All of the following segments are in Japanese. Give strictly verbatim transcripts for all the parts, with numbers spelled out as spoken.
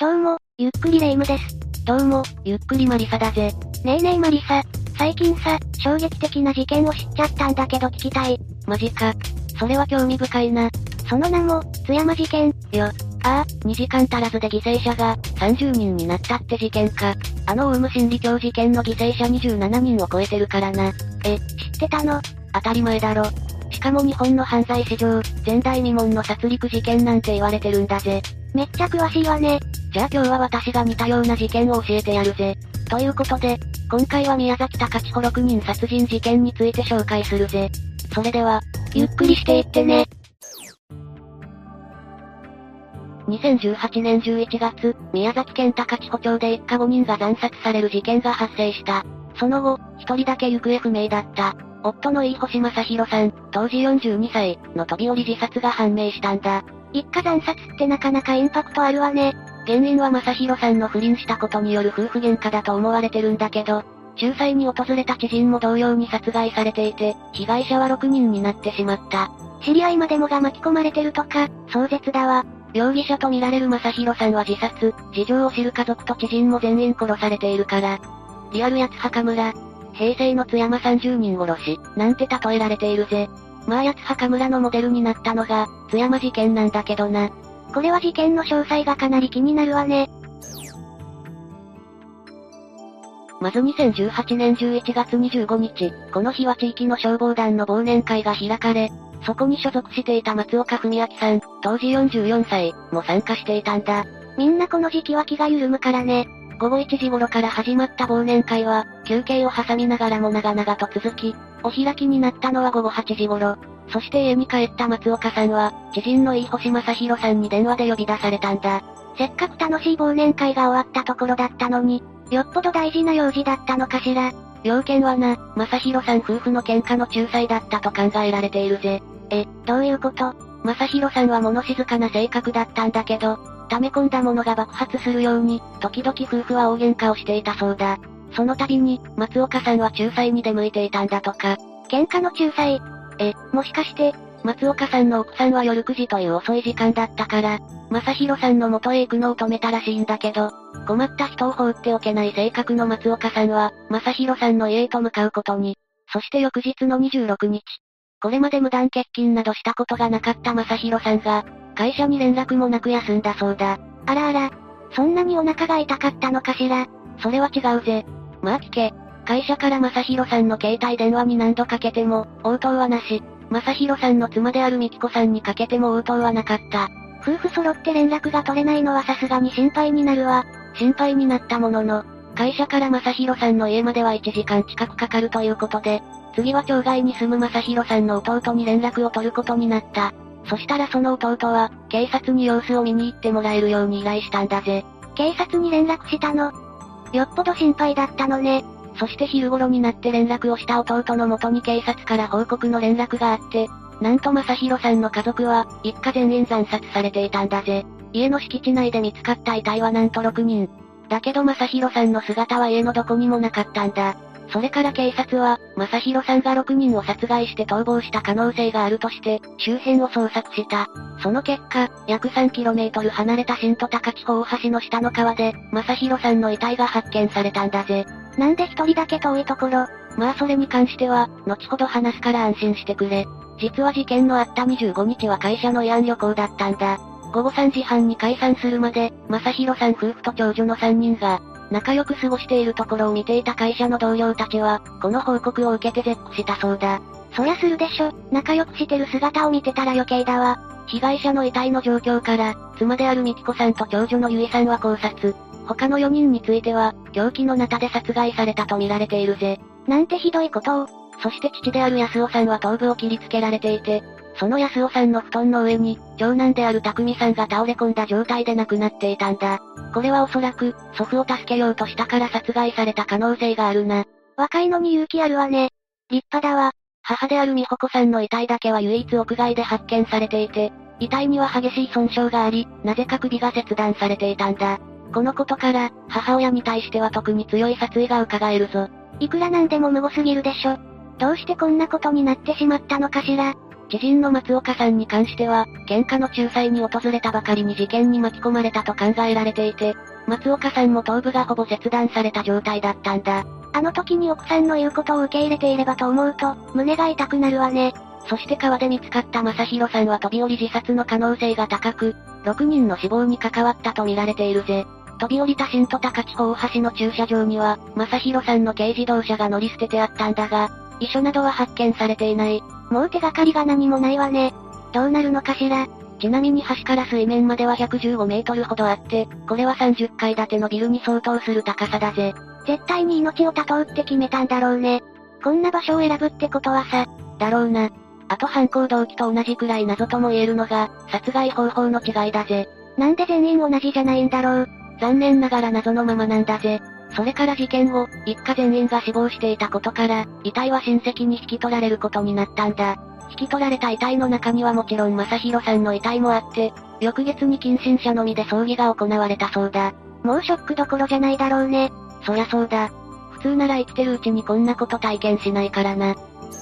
どうも、ゆっくりレ夢ムです。 どうも、ゆっくりマリサだぜ。 ねえねえマリサ、最近さ、衝撃的な事件を知っちゃったんだけど聞きたい。 マジか。それは興味深いな。 その名も、津山事件。 よ。ああ、にじかん足らずで犠牲者がさんじゅうにんになったって事件か。あのオウム真理教事件の犠牲者にじゅうななにんを超えてるからな。 え、知ってたの？ 当たり前だろ。しかも日本の犯罪史上、前代未聞の殺戮事件なんて言われてるんだぜ。 めっちゃ詳しいわね。 じゃあ今日は私が似たような事件を教えてやるぜ。ということで、今回は宮崎高千穂ろくにん殺人事件について紹介するぜ。それでは、 ゆっくりしていってね。 にせんじゅうはちねんじゅういちがつ、宮崎県高千穂町で一家ごにんが惨殺される事件が発生した。その後、ひとりだけ行方不明だった。夫の飯星正弘さん、当時よんじゅうにさい、の飛び降り自殺が判明したんだ。 一家惨殺ってなかなかインパクトあるわね。 原因は正弘さんの不倫したことによる夫婦喧嘩だと思われてるんだけど、仲裁に訪れた知人も同様に殺害されていて、被害者はろくにんになってしまった。 知り合いまでもが巻き込まれてるとか、壮絶だわ。 容疑者とみられる正弘さんは自殺、事情を知る家族と知人も全員殺されているから。リアル八幡村、平成の津山さんじゅうにん殺し、なんて例えられているぜ。まあ八幡村のモデルになったのが、津山事件なんだけどな。 これは事件の詳細がかなり気になるわね。 まずにせんじゅうはちねんじゅういちがつにじゅうごにち、この日は地域の消防団の忘年会が開かれ、そこに所属していた松岡文明さん、当時よんじゅうよんさい、も参加していたんだ。 みんなこの時期は気が緩むからね。 ごごいちじ頃から始まった忘年会は、休憩を挟みながらも長々と続き、お開きになったのはごごはちじ頃。そして家に帰った松岡さんは、知人の飯星正弘さんに電話で呼び出されたんだ。 せっかく楽しい忘年会が終わったところだったのに、よっぽど大事な用事だったのかしら。 要件はな、正弘さん夫婦の喧嘩の仲裁だったと考えられているぜ。 え、どういうこと？ 正弘さんは物静かな性格だったんだけど、溜め込んだものが爆発するように、時々夫婦は大喧嘩をしていたそうだ。その度に、松岡さんは仲裁に出向いていたんだとか。 喧嘩の仲裁？え、もしかして、 松岡さんの奥さんは夜くじという遅い時間だったから、正弘さんの元へ行くのを止めたらしいんだけど、困った人を放っておけない性格の松岡さんは、正弘さんの家へと向かうことに。そして翌日のにじゅうろくにち。これまで無断欠勤などしたことがなかった正弘さんが、会社に連絡もなく休んだそうだ。 あらあら、そんなにお腹が痛かったのかしら。 それは違うぜ。まあ聞け。会社から正弘さんの携帯電話に何度かけても、応答はなし。正弘さんの妻である美紀子さんにかけても応答はなかった。 夫婦揃って連絡が取れないのはさすがに心配になるわ。 心配になったものの、会社から正弘さんの家まではいちじかん近くかかるということで、次は町外に住む正弘さんの弟に連絡を取ることになった。そしたらその弟は、警察に様子を見に行ってもらえるように依頼したんだぜ。 警察に連絡したの？よっぽど心配だったのね。 そして昼頃になって連絡をした弟の元に警察から報告の連絡があって、なんと正弘さんの家族は、一家全員惨殺されていたんだぜ。家の敷地内で見つかった遺体はなんとろくにん。だけど正弘さんの姿は家のどこにもなかったんだ。それから警察は、正弘さんがろくにんを殺害して逃亡した可能性があるとして、周辺を捜索した。その結果、約 さんキロメートル 離れた新都高千穂大橋の下の川で、正弘さんの遺体が発見されたんだぜ。 なんで一人だけ遠いところ？ まあそれに関しては、後ほど話すから安心してくれ。実は事件のあったにじゅうごにちは会社の慰安旅行だったんだ。ごごさんじはんに解散するまで、正弘さん夫婦と長女のさんにんが、仲良く過ごしているところを見ていた会社の同僚たちは、この報告を受けて絶句したそうだ。 そりゃするでしょ、仲良くしてる姿を見てたら余計だわ。 被害者の遺体の状況から、妻である美紀子さんと長女のゆいさんは考察。他のよにんについては、凶器のナタで殺害されたと見られているぜ。 なんてひどいことを。 そして父である安尾さんは頭部を切りつけられていて、その安尾さんの布団の上に、長男である匠さんが倒れ込んだ状態で亡くなっていたんだ。これはおそらく、祖父を助けようとしたから殺害された可能性があるな。 若いのに勇気あるわね。立派だわ。 母である美穂子さんの遺体だけは唯一屋外で発見されていて、遺体には激しい損傷があり、なぜか首が切断されていたんだ。このことから、母親に対しては特に強い殺意が伺えるぞ。 いくらなんでも無謀すぎるでしょ。どうしてこんなことになってしまったのかしら。 知人の松岡さんに関しては、喧嘩の仲裁に訪れたばかりに事件に巻き込まれたと考えられていて、松岡さんも頭部がほぼ切断された状態だったんだ。 あの時に奥さんの言うことを受け入れていればと思うと、胸が痛くなるわね。 そして川で見つかった正弘さんは飛び降り自殺の可能性が高く、ろくにんの死亡に関わったと見られているぜ。飛び降りた新戸高地方大橋の駐車場には、正弘さんの軽自動車が乗り捨ててあったんだが、遺書などは発見されていない。 もう手がかりが何もないわね。どうなるのかしら。 ちなみに橋から水面まではひゃくじゅうごメートルほどあって、これはさんじゅっかい建てのビルに相当する高さだぜ。 絶対に命を絶とうって決めたんだろうね。こんな場所を選ぶってことはさ。 だろうな。あと犯行動機と同じくらい謎とも言えるのが、殺害方法の違いだぜ。 なんで全員同じじゃないんだろう。 残念ながら謎のままなんだぜ。それから事件後、一家全員が死亡していたことから、遺体は親戚に引き取られることになったんだ。引き取られた遺体の中にはもちろん正弘さんの遺体もあって、翌月に近親者のみで葬儀が行われたそうだ。 もうショックどころじゃないだろうね。 そりゃそうだ。普通なら生きてるうちにこんなこと体験しないからな。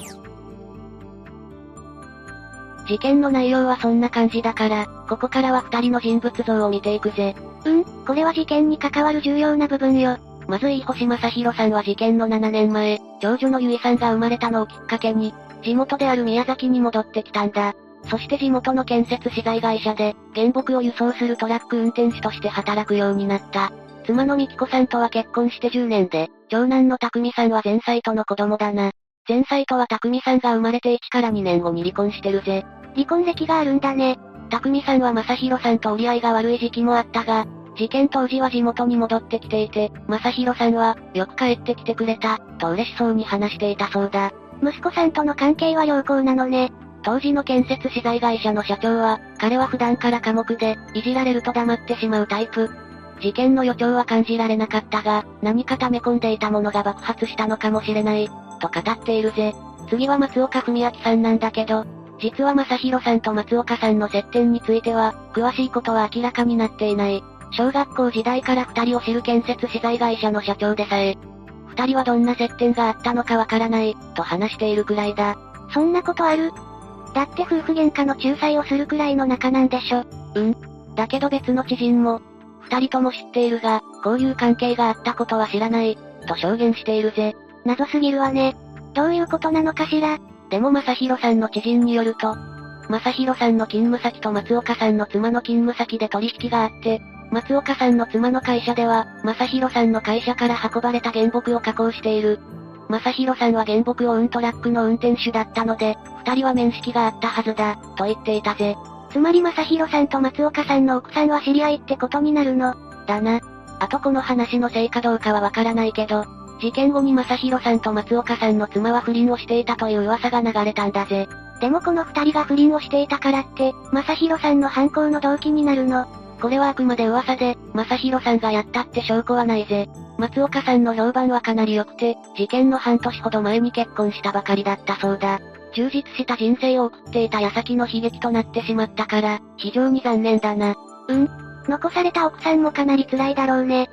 事件の内容はそんな感じだから、ここからは二人の人物像を見ていくぜ。 うん、これは事件に関わる重要な部分よ。 まず飯星正弘さんは事件のななねんまえ、長女の結衣さんが生まれたのをきっかけに、地元である宮崎に戻ってきたんだ。そして地元の建設資材会社で、原木を輸送するトラック運転手として働くようになった。妻の美紀子さんとは結婚してじゅうねんで、長男の匠さんは前妻との子供だな。前妻とは匠さんが生まれていちからにねんごに離婚してるぜ。 離婚歴があるんだね。 匠さんは正弘さんと折り合いが悪い時期もあったが、事件当時は地元に戻ってきていて、正弘さんは、よく帰ってきてくれた、と嬉しそうに話していたそうだ。 息子さんとの関係は良好なのね。 当時の建設資材会社の社長は、彼は普段から寡黙で、いじられると黙ってしまうタイプ。事件の予兆は感じられなかったが、何か溜め込んでいたものが爆発したのかもしれない、と語っているぜ。次は松岡文明さんなんだけど、実は正弘さんと松岡さんの接点については、詳しいことは明らかになっていない。小学校時代から二人を知る建設資材会社の社長でさえ、二人はどんな接点があったのかわからない、と話しているくらいだ。 そんなことある？だって夫婦喧嘩の仲裁をするくらいの仲なんでしょ。 うん。だけど別の知人も、二人とも知っているが、こういう関係があったことは知らない、と証言しているぜ。 謎すぎるわね。どういうことなのかしら。 でも正弘さんの知人によると、正弘さんの勤務先と松岡さんの妻の勤務先で取引があって、松岡さんの妻の会社では、正弘さんの会社から運ばれた原木を加工している。正弘さんは原木を運トラックの運転手だったので、二人は面識があったはずだ、と言っていたぜ。 つまり正弘さんと松岡さんの奥さんは知り合いってことになるの。 だな。あとこの話のせいかどうかはわからないけど、事件後に正弘さんと松岡さんの妻は不倫をしていたという噂が流れたんだぜ。 でもこの二人が不倫をしていたからって、正弘さんの犯行の動機になるの。 これはあくまで噂で、正弘さんがやったって証拠はないぜ。松岡さんの評判はかなり良くて、事件の半年ほど前に結婚したばかりだったそうだ。充実した人生を送っていた矢先の悲劇となってしまったから、非常に残念だな。 うん。残された奥さんもかなり辛いだろうね。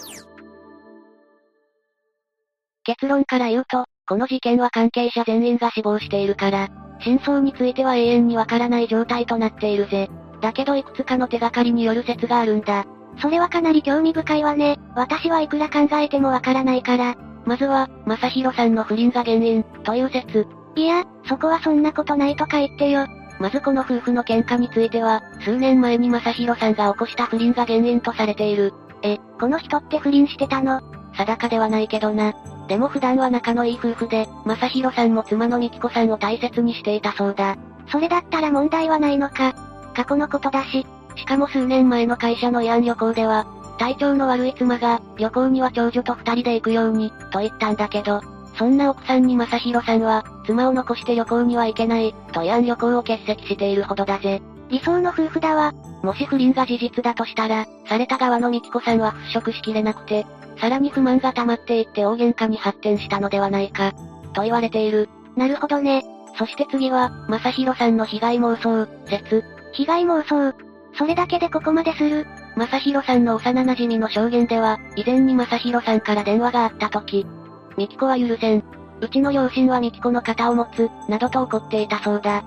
結論から言うと、この事件は関係者全員が死亡しているから、真相については永遠にわからない状態となっているぜ。だけどいくつかの手がかりによる説があるんだ。 それはかなり興味深いわね。私はいくら考えてもわからないから。 まずは、正弘さんの不倫が原因、という説。 いや、そこはそんなことないとか言ってよ。 まずこの夫婦の喧嘩については、数年前に正弘さんが起こした不倫が原因とされている。 え、この人って不倫してたの？ 定かではないけどな。でも普段は仲のいい夫婦で、正弘さんも妻の美紀子さんを大切にしていたそうだ。 それだったら問題はないのか。過去のことだし。 しかも数年前の会社の慰安旅行では、体調の悪い妻が、旅行には長女と二人で行くように、と言ったんだけど、そんな奥さんに正弘さんは、妻を残して旅行には行けない、と慰安旅行を欠席しているほどだぜ。 理想の夫婦だわ。 もし不倫が事実だとしたら、された側の美紀子さんは払拭しきれなくて、さらに不満が溜まっていって大喧嘩に発展したのではないか、と言われている。 なるほどね。 そして次は、正弘さんの被害妄想、説。 被害妄想。それだけでここまでする？ 正弘さんの幼馴染の証言では、以前に正弘さんから電話があった時、美紀子は許せん。うちの両親は美紀子の肩を持つ、などと怒っていたそうだ。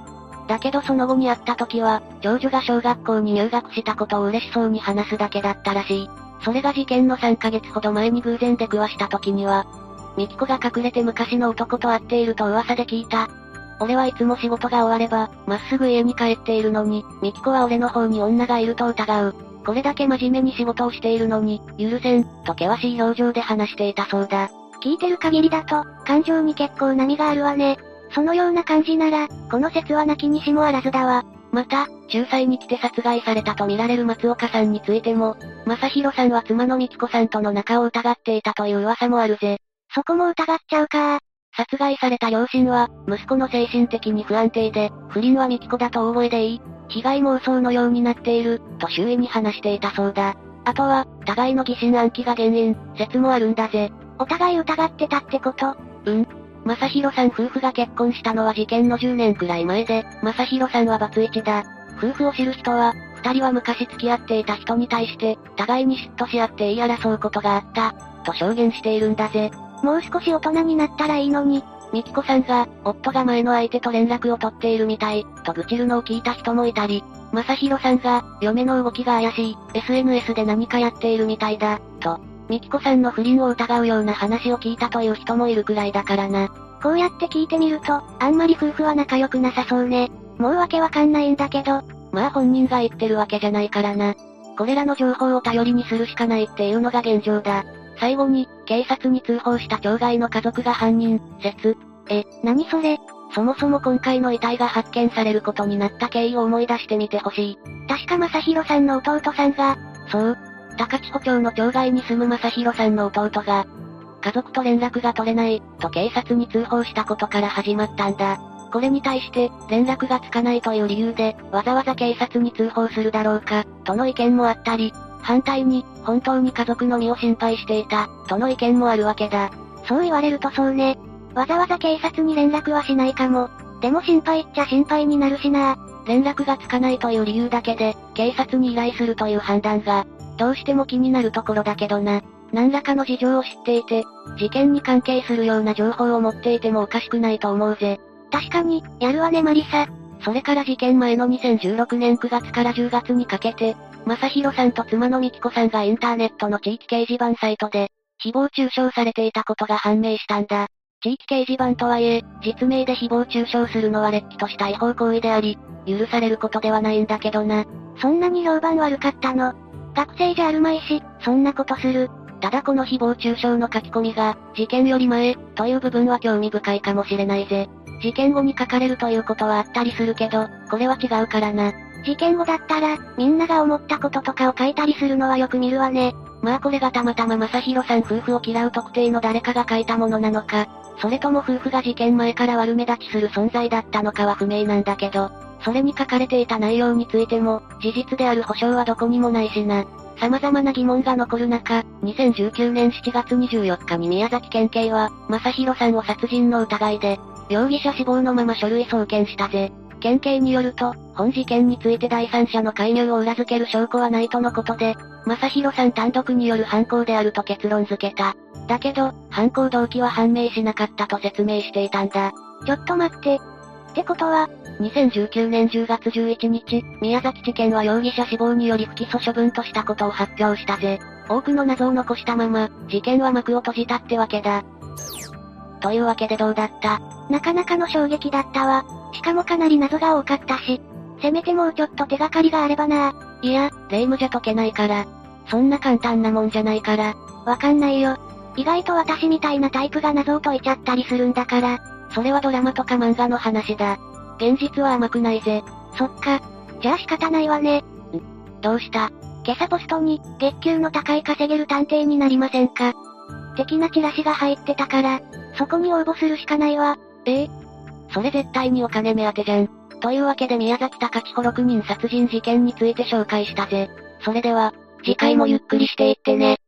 だけどその後に会った時は、長女が小学校に入学したことを嬉しそうに話すだけだったらしい。それが事件のさんかげつほど前に偶然出くわした時には、ミキコが隠れて昔の男と会っていると噂で聞いた。俺はいつも仕事が終われば、まっすぐ家に帰っているのに、ミキコは俺の方に女がいると疑う。これだけ真面目に仕事をしているのに、許せん、と険しい表情で話していたそうだ。 聞いてる限りだと、感情に結構波があるわね。そのような感じなら、この説はなきにしもあらずだわ。 また、仲裁に来て殺害されたと見られる松岡さんについても、正弘さんは妻の美紀子さんとの仲を疑っていたという噂もあるぜ。 そこも疑っちゃうか。 殺害された両親は、息子の精神的に不安定で、不倫は美紀子だと大声で言い、被害妄想のようになっている、と周囲に話していたそうだ。あとは、互いの疑心暗鬼が原因、説もあるんだぜ。 お互い疑ってたってこと？ うん。正弘さん夫婦が結婚したのは事件のじゅうねんくらい前で、正弘さんはバツイチだ。夫婦を知る人は、二人は昔付き合っていた人に対して、互いに嫉妬し合って言い争うことがあった、と証言しているんだぜ。 もう少し大人になったらいいのに。 美紀子さんが、夫が前の相手と連絡を取っているみたい、と愚痴るのを聞いた人もいたり、正弘さんが、嫁の動きが怪しい、エスエヌエス で何かやっているみたいだ、と、美紀子さんの不倫を疑うような話を聞いたという人もいるくらいだからな。 こうやって聞いてみると、あんまり夫婦は仲良くなさそうね。もうわけわかんないんだけど。 まあ本人が言ってるわけじゃないからな。これらの情報を頼りにするしかないっていうのが現状だ。最後に、警察に通報した町外の家族が犯人、説。 え、何それ？ そもそも今回の遺体が発見されることになった経緯を思い出してみてほしい。 確か正弘さんの弟さんが。 そう。高千穂町の町外に住む正弘さんの弟が、家族と連絡が取れない、と警察に通報したことから始まったんだ。これに対して、連絡がつかないという理由で、わざわざ警察に通報するだろうか、との意見もあったり、反対に、本当に家族の身を心配していた、との意見もあるわけだ。 そう言われるとそうね。わざわざ警察に連絡はしないかも。でも心配っちゃ心配になるしな。 連絡がつかないという理由だけで、警察に依頼するという判断が、どうしても気になるところだけどな。何らかの事情を知っていて、事件に関係するような情報を持っていてもおかしくないと思うぜ。 確かに、やるわねマリサ。 それから事件前のにせんじゅうろくねんくがつからじゅうがつにかけて、正弘さんと妻の美紀子さんがインターネットの地域掲示板サイトで、誹謗中傷されていたことが判明したんだ。地域掲示板とはいえ、実名で誹謗中傷するのは劣気とした違法行為であり、許されることではないんだけどな。 そんなに評判悪かったの？学生じゃあるまいし、そんなことする。 ただこの誹謗中傷の書き込みが、事件より前、という部分は興味深いかもしれないぜ。事件後に書かれるということはあったりするけど、これは違うからな。 事件後だったら、みんなが思ったこととかを書いたりするのはよく見るわね。 まあこれがたまたま正弘さん夫婦を嫌う特定の誰かが書いたものなのか、それとも夫婦が事件前から悪目立ちする存在だったのかは不明なんだけど、それに書かれていた内容についても、事実である保証はどこにもないしな。様々な疑問が残る中、にせんじゅうきゅうねんしちがつにじゅうよっかに宮崎県警は、正弘さんを殺人の疑いで、容疑者死亡のまま書類送検したぜ。県警によると、本事件について第三者の介入を裏付ける証拠はないとのことで、正弘さん単独による犯行であると結論付けた。だけど、犯行動機は判明しなかったと説明していたんだ。 ちょっと待って。ってことは、 にせんじゅうきゅうねんじゅうがつじゅういちにち、宮崎地検は容疑者死亡により不起訴処分としたことを発表したぜ。多くの謎を残したまま、事件は幕を閉じたってわけだ。というわけでどうだった？ なかなかの衝撃だったわ。しかもかなり謎が多かったし、せめてもうちょっと手がかりがあればな。 いや、霊夢じゃ解けないから。そんな簡単なもんじゃないから。 わかんないよ。意外と私みたいなタイプが謎を解いちゃったりするんだから。 それはドラマとか漫画の話だ。現実は甘くないぜ。 そっか。じゃあ仕方ないわね。ん、 どうした？ 今朝ポストに、月給の高い稼げる探偵になりませんか？的なチラシが入ってたから、そこに応募するしかないわ。 ええ？それ絶対にお金目当てじゃん。というわけで宮崎高千穂ろくにん殺人事件について紹介したぜ。それでは、次回もゆっくりしていってね。